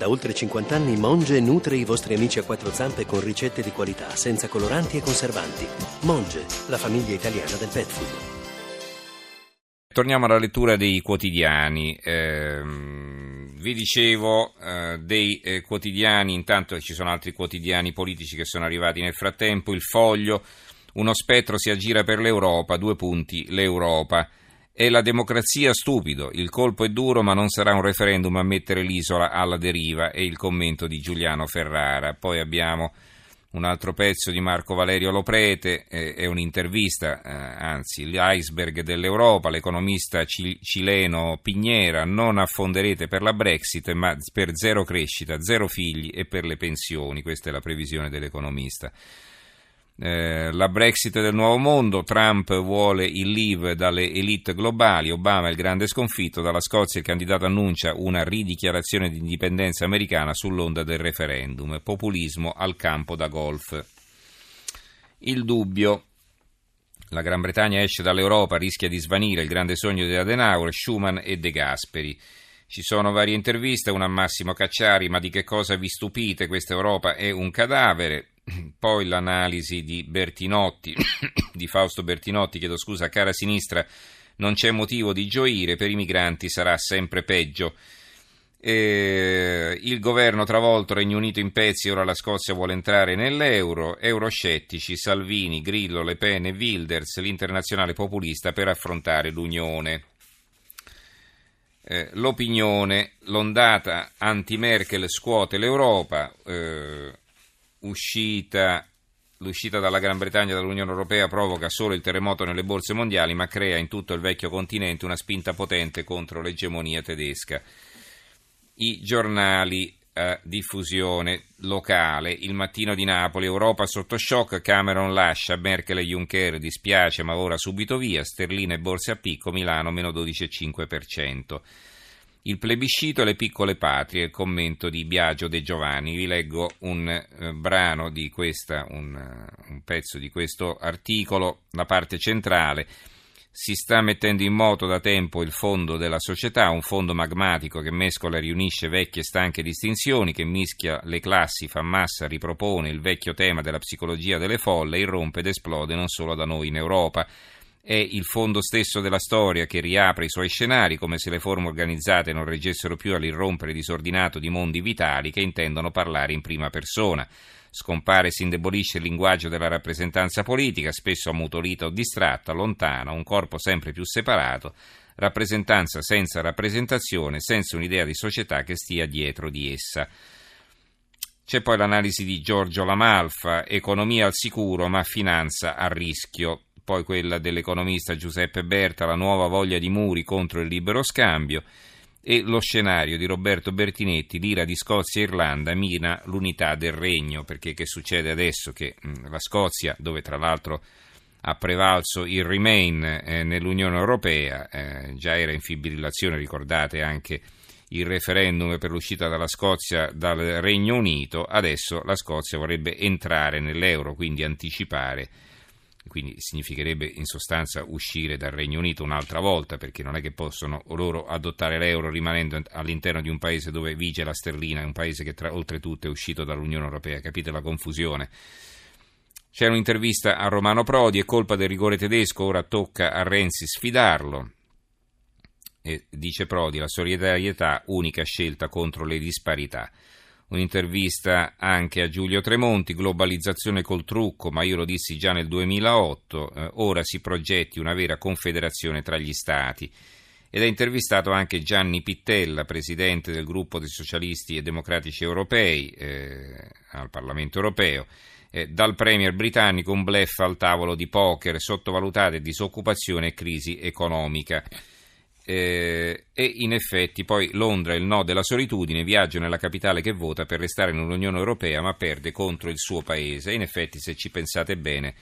Da oltre 50 anni Monge nutre i vostri amici a quattro zampe con ricette di qualità, senza coloranti e conservanti. Monge, la famiglia italiana del pet food. Torniamo alla lettura dei quotidiani. Vi dicevo dei quotidiani, intanto ci sono altri quotidiani politici che sono arrivati nel frattempo. Il Foglio, uno spettro si aggira per l'Europa, l'Europa. È la democrazia stupido, il colpo è duro ma non sarà un referendum a mettere l'isola alla deriva, è il commento di Giuliano Ferrara. Poi abbiamo un altro pezzo di Marco Valerio Loprete, è un'intervista, anzi l'iceberg dell'Europa, l'economista cileno Piñera: non affonderete per la Brexit ma per zero crescita, zero figli e per le pensioni, questa è la previsione dell'economista. La Brexit del nuovo mondo, Trump vuole il leave dalle elite globali, Obama è il grande sconfitto, dalla Scozia il candidato annuncia una ridichiarazione di indipendenza americana sull'onda del referendum, populismo al campo da golf. Il Dubbio, la Gran Bretagna esce dall'Europa, rischia di svanire il grande sogno di Adenauer, Schuman e De Gasperi. Ci sono varie interviste, una a Massimo Cacciari: ma di che cosa vi stupite, questa Europa è un cadavere. Poi l'analisi di Bertinotti, di Fausto Bertinotti, cara sinistra, non c'è motivo di gioire, per i migranti sarà sempre peggio. Il governo travolto, Regno Unito in pezzi, ora la Scozia vuole entrare nell'euro, euroscettici, Salvini, Grillo, Le Pen e Wilders, l'internazionale populista per affrontare l'Unione. L'Opinione, l'ondata anti-Merkel scuote l'Europa, l'uscita dalla Gran Bretagna dall'Unione Europea provoca solo il terremoto nelle borse mondiali, ma crea in tutto il vecchio continente una spinta potente contro l'egemonia tedesca. I giornali a diffusione locale, Il Mattino di Napoli, Europa sotto shock, Cameron lascia, Merkel e Juncker dispiace ma ora subito via, sterline e borse a picco, Milano meno 12,5%. Il plebiscito e le piccole patrie, il commento di Biagio De Giovanni. Vi leggo un brano di questa, un pezzo di questo articolo, la parte centrale. Si sta mettendo in moto da tempo il fondo della società, un fondo magmatico che mescola e riunisce vecchie e stanche distinzioni, che mischia le classi, fa massa, ripropone il vecchio tema della psicologia delle folle, irrompe ed esplode non solo da noi in Europa. È il fondo stesso della storia che riapre i suoi scenari, come se le forme organizzate non reggessero più all'irrompere disordinato di mondi vitali che intendono parlare in prima persona. Scompare e si indebolisce il linguaggio della rappresentanza politica, spesso ammutolita o distratta, lontana, un corpo sempre più separato, rappresentanza senza rappresentazione, senza un'idea di società che stia dietro di essa. C'è poi l'analisi di Giorgio Lamalfa, economia al sicuro ma finanza a rischio. Poi quella dell'economista Giuseppe Berta, la nuova voglia di muri contro il libero scambio, e lo scenario di Roberto Bertinetti, l'ira di Scozia e Irlanda mina l'unità del regno, perché che succede adesso? Che la Scozia, dove tra l'altro ha prevalso il Remain nell'Unione Europea, già era in fibrillazione, ricordate anche il referendum per l'uscita dalla Scozia dal Regno Unito, adesso la Scozia vorrebbe entrare nell'euro, quindi anticipare. Quindi significherebbe in sostanza uscire dal Regno Unito un'altra volta, perché non è che possono loro adottare l'euro rimanendo all'interno di un paese dove vige la sterlina, un paese che oltretutto è uscito dall'Unione Europea. Capite la confusione? C'è un'intervista a Romano Prodi: è colpa del rigore tedesco, ora tocca a Renzi sfidarlo. E dice Prodi: la solidarietà, unica scelta contro le disparità. Un'intervista anche a Giulio Tremonti: globalizzazione col trucco, ma io lo dissi già nel 2008, ora si progetti una vera confederazione tra gli stati. Ed è intervistato anche Gianni Pittella, presidente del gruppo dei socialisti e democratici europei al Parlamento europeo. Dal premier britannico un bluff al tavolo di poker, sottovalutate disoccupazione e crisi economica. E in effetti poi Londra, il no della solitudine, viaggio nella capitale che vota per restare nell'Unione Europea ma perde contro il suo paese. E in effetti, se ci pensate bene,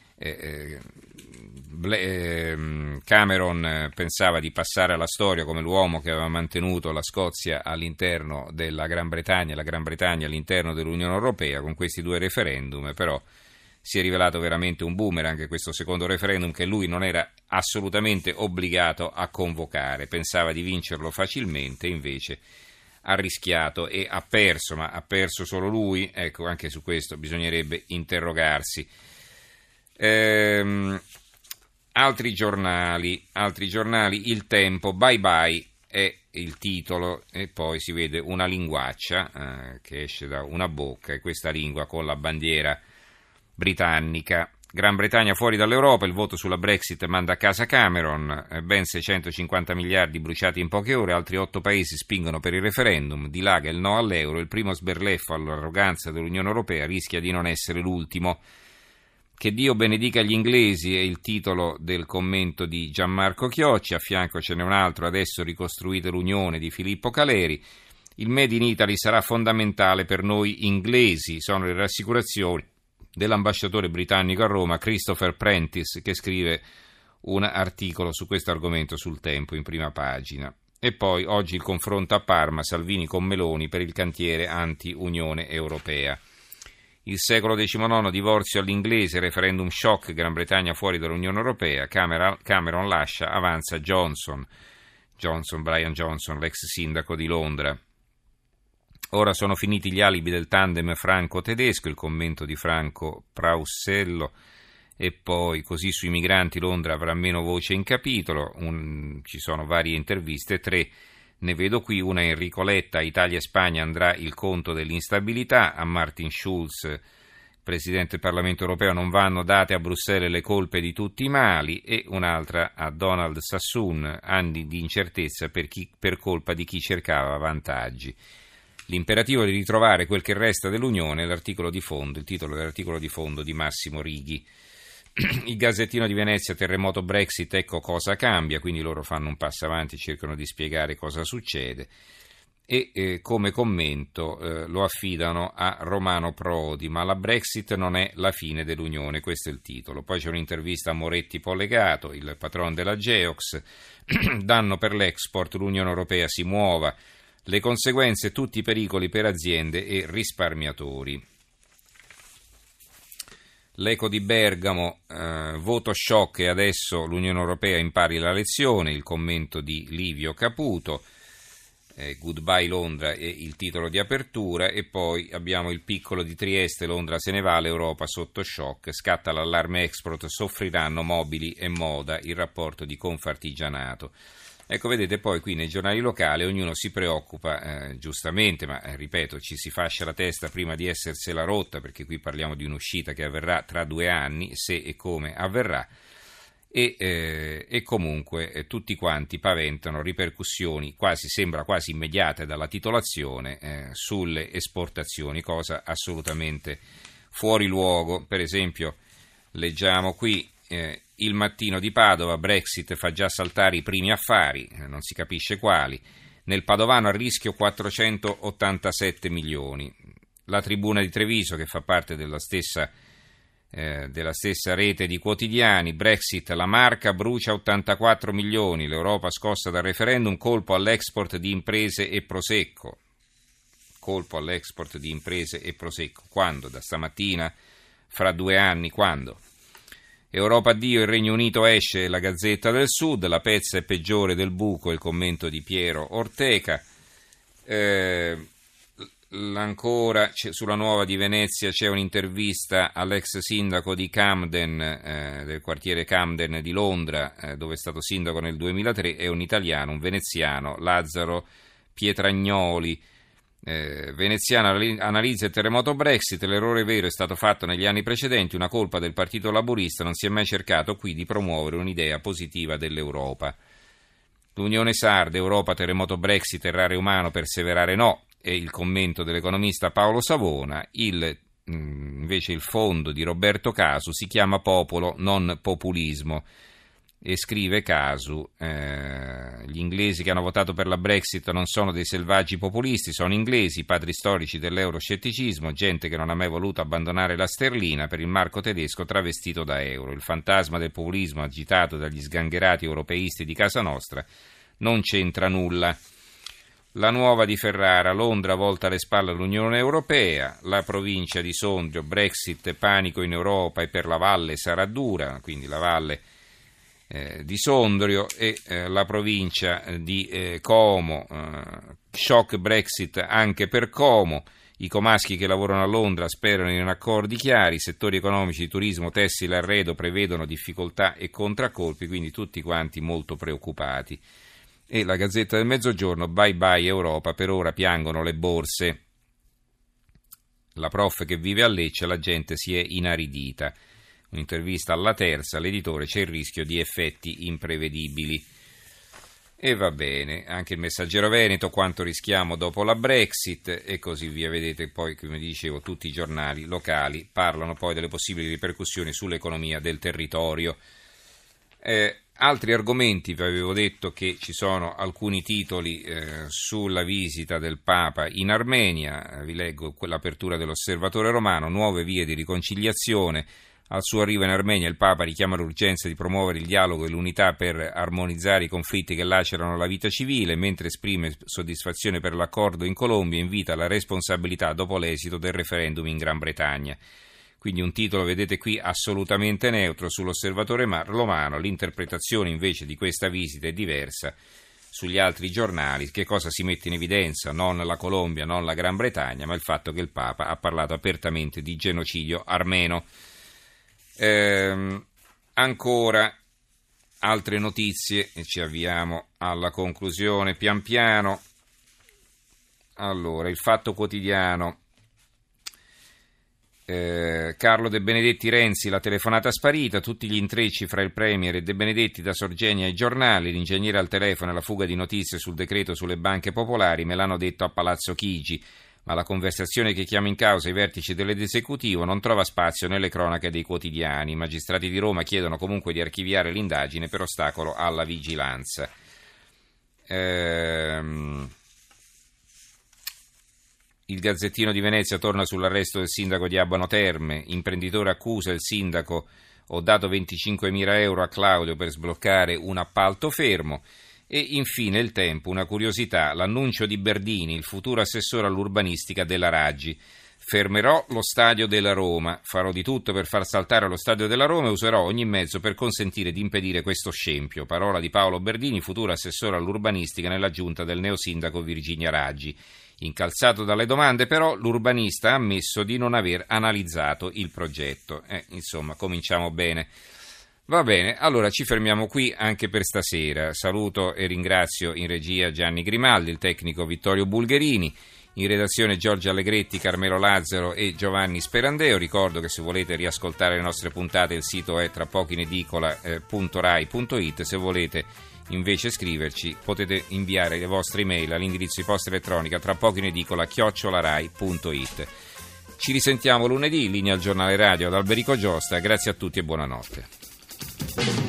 Cameron pensava di passare alla storia come l'uomo che aveva mantenuto la Scozia all'interno della Gran Bretagna e la Gran Bretagna all'interno dell'Unione Europea con questi due referendum, però si è rivelato veramente un boomerang questo secondo referendum, che lui non era assolutamente obbligato a convocare, pensava di vincerlo facilmente, invece ha rischiato e ha perso, ma ha perso solo lui? Ecco, anche su questo bisognerebbe interrogarsi. Altri giornali, Il Tempo, bye bye è il titolo, e poi si vede una linguaccia che esce da una bocca, e questa lingua con la bandiera britannica. Gran Bretagna fuori dall'Europa, il voto sulla Brexit manda a casa Cameron, ben 650 miliardi bruciati in poche ore, altri 8 paesi spingono per il referendum, dilaga il no all'euro, il primo sberleffo all'arroganza dell'Unione Europea rischia di non essere l'ultimo. Che Dio benedica gli inglesi è il titolo del commento di Gianmarco Chiocci, a fianco ce n'è un altro, adesso ricostruite l'Unione, di Filippo Caleri. Il Made in Italy sarà fondamentale per noi inglesi, sono le rassicurazioni dell'ambasciatore britannico a Roma Christopher Prentice, che scrive un articolo su questo argomento sul Tempo in prima pagina. E poi oggi il confronto a Parma, Salvini con Meloni per il cantiere anti-Unione Europea. Il secolo XIX, divorzio all'inglese, referendum shock, Gran Bretagna fuori dall'Unione Europea, Cameron lascia, avanza Brian Johnson, l'ex sindaco di Londra. Ora sono finiti gli alibi del tandem franco-tedesco, il commento di Franco Prausello, e poi così sui migranti Londra avrà meno voce in capitolo, ci sono varie interviste, 3 ne vedo qui, una Enrico Letta, Italia e Spagna andrà il conto dell'instabilità, a Martin Schulz, Presidente del Parlamento Europeo, non vanno date a Bruxelles le colpe di tutti i mali, e un'altra a Donald Sassoon, anni di incertezza per colpa di chi cercava vantaggi. L'imperativo di ritrovare quel che resta dell'Unione, il titolo dell'articolo di fondo di Massimo Righi. Il Gazzettino di Venezia, terremoto Brexit, ecco cosa cambia, quindi loro fanno un passo avanti, cercano di spiegare cosa succede, e come commento lo affidano a Romano Prodi, ma la Brexit non è la fine dell'Unione, questo è il titolo. Poi c'è un'intervista a Moretti Pollegato, il patron della Geox, danno per l'export, l'Unione Europea si muova, le conseguenze, tutti i pericoli per aziende e risparmiatori. L'Eco di Bergamo, voto shock e adesso l'Unione Europea impari la lezione, il commento di Livio Caputo, Goodbye Londra è il titolo di apertura, e poi abbiamo il piccolo di Trieste, Londra se ne va, l'Europa sotto shock, scatta l'allarme export, soffriranno mobili e moda, il rapporto di Confartigianato. Ecco, vedete, poi qui nei giornali locali ognuno si preoccupa, giustamente, ma ripeto, ci si fascia la testa prima di essersela rotta, perché qui parliamo di un'uscita che avverrà tra 2 anni, se e come avverrà, e comunque tutti quanti paventano ripercussioni sembra quasi immediate dalla titolazione sulle esportazioni, cosa assolutamente fuori luogo. Per esempio, leggiamo qui Il Mattino di Padova, Brexit fa già saltare i primi affari, non si capisce quali, nel padovano a rischio 487 milioni. La Tribuna di Treviso, che fa parte della stessa rete di quotidiani, Brexit, la Marca brucia 84 milioni, l'Europa scossa dal referendum, colpo all'export di imprese e Prosecco. Quando? Da stamattina? Fra 2 anni? Quando? Europa addio, il Regno Unito esce, la Gazzetta del Sud, la pezza è peggiore del buco, il commento di Piero Orteca. Ancora sulla Nuova di Venezia c'è un'intervista all'ex sindaco di Camden, del quartiere Camden di Londra, dove è stato sindaco nel 2003, è un italiano, un veneziano, Lazzaro Pietragnoli. Veneziano analizza il terremoto Brexit, l'errore vero è stato fatto negli anni precedenti, una colpa del Partito Laburista, non si è mai cercato qui di promuovere un'idea positiva dell'Europa. L'Unione Sarda, Europa, terremoto Brexit, errare umano, perseverare no, è il commento dell'economista Paolo Savona. Invece il fondo di Roberto Casu si chiama Popolo, non populismo, e scrive Casu, gli inglesi che hanno votato per la Brexit non sono dei selvaggi populisti, sono inglesi, padri storici dell'euroscetticismo, gente che non ha mai voluto abbandonare la sterlina per il marco tedesco travestito da euro. Il fantasma del populismo agitato dagli sgangherati europeisti di casa nostra non c'entra nulla. La Nuova di Ferrara, Londra volta le spalle all'Unione Europea, la provincia di Sondrio, Brexit, panico in Europa e per la Valle sarà dura, quindi la Valle di Sondrio, e la provincia di Como, shock Brexit anche per Como. I comaschi che lavorano a Londra sperano in accordi chiari, settori economici di turismo, tessile e arredo prevedono difficoltà e contraccolpi, quindi tutti quanti molto preoccupati. E la Gazzetta del Mezzogiorno, bye bye Europa, per ora piangono le borse. La prof che vive a Lecce, la gente si è inaridita. Un'intervista alla Terza, l'editore, c'è il rischio di effetti imprevedibili. E va bene, anche il Messaggero Veneto, quanto rischiamo dopo la Brexit e così via. Vedete poi, come dicevo, tutti i giornali locali parlano poi delle possibili ripercussioni sull'economia del territorio. Altri argomenti, vi avevo detto che ci sono alcuni titoli sulla visita del Papa in Armenia, vi leggo quell'apertura dell'Osservatore Romano, nuove vie di riconciliazione. Al suo arrivo in Armenia il Papa richiama l'urgenza di promuovere il dialogo e l'unità per armonizzare i conflitti che lacerano la vita civile, mentre esprime soddisfazione per l'accordo in Colombia e invita alla responsabilità dopo l'esito del referendum in Gran Bretagna. Quindi un titolo, vedete qui, assolutamente neutro sull'Osservatore Romano. L'interpretazione invece di questa visita è diversa sugli altri giornali. Che cosa si mette in evidenza? Non la Colombia, non la Gran Bretagna, ma il fatto che il Papa ha parlato apertamente di genocidio armeno. Ancora altre notizie e ci avviamo alla conclusione pian piano. Allora, il Fatto Quotidiano, Carlo De Benedetti Renzi, la telefonata sparita, tutti gli intrecci fra il Premier e De Benedetti da Sorgenia ai giornali, l'ingegnere al telefono e la fuga di notizie sul decreto sulle banche popolari, me l'hanno detto a Palazzo Chigi. Ma la conversazione che chiama in causa i vertici dell'esecutivo non trova spazio nelle cronache dei quotidiani. I magistrati di Roma chiedono comunque di archiviare l'indagine per ostacolo alla vigilanza. Il Gazzettino di Venezia torna sull'arresto del sindaco di Abano Terme. Imprenditore accusa il sindaco: ho dato 25.000 euro a Claudio per sbloccare un appalto fermo. E infine Il Tempo, una curiosità, l'annuncio di Berdini, il futuro assessore all'urbanistica della Raggi. Fermerò lo stadio della Roma, farò di tutto per far saltare lo stadio della Roma e userò ogni mezzo per consentire di impedire questo scempio. Parola di Paolo Berdini, futuro assessore all'urbanistica nella giunta del neosindaco Virginia Raggi. Incalzato dalle domande però, l'urbanista ha ammesso di non aver analizzato il progetto. Insomma, cominciamo bene. Va bene, allora ci fermiamo qui anche per stasera. Saluto e ringrazio in regia Gianni Grimaldi, il tecnico Vittorio Bulgherini, in redazione Giorgio Allegretti, Carmelo Lazzaro e Giovanni Sperandeo. Ricordo che se volete riascoltare le nostre puntate il sito è trapochiinedicola.rai.it. Se volete invece scriverci potete inviare le vostre email all'indirizzo di posta elettronica trapochiinedicola@rai.it. Ci risentiamo lunedì in linea al giornale radio ad Alberico Giostra. Grazie a tutti e buonanotte.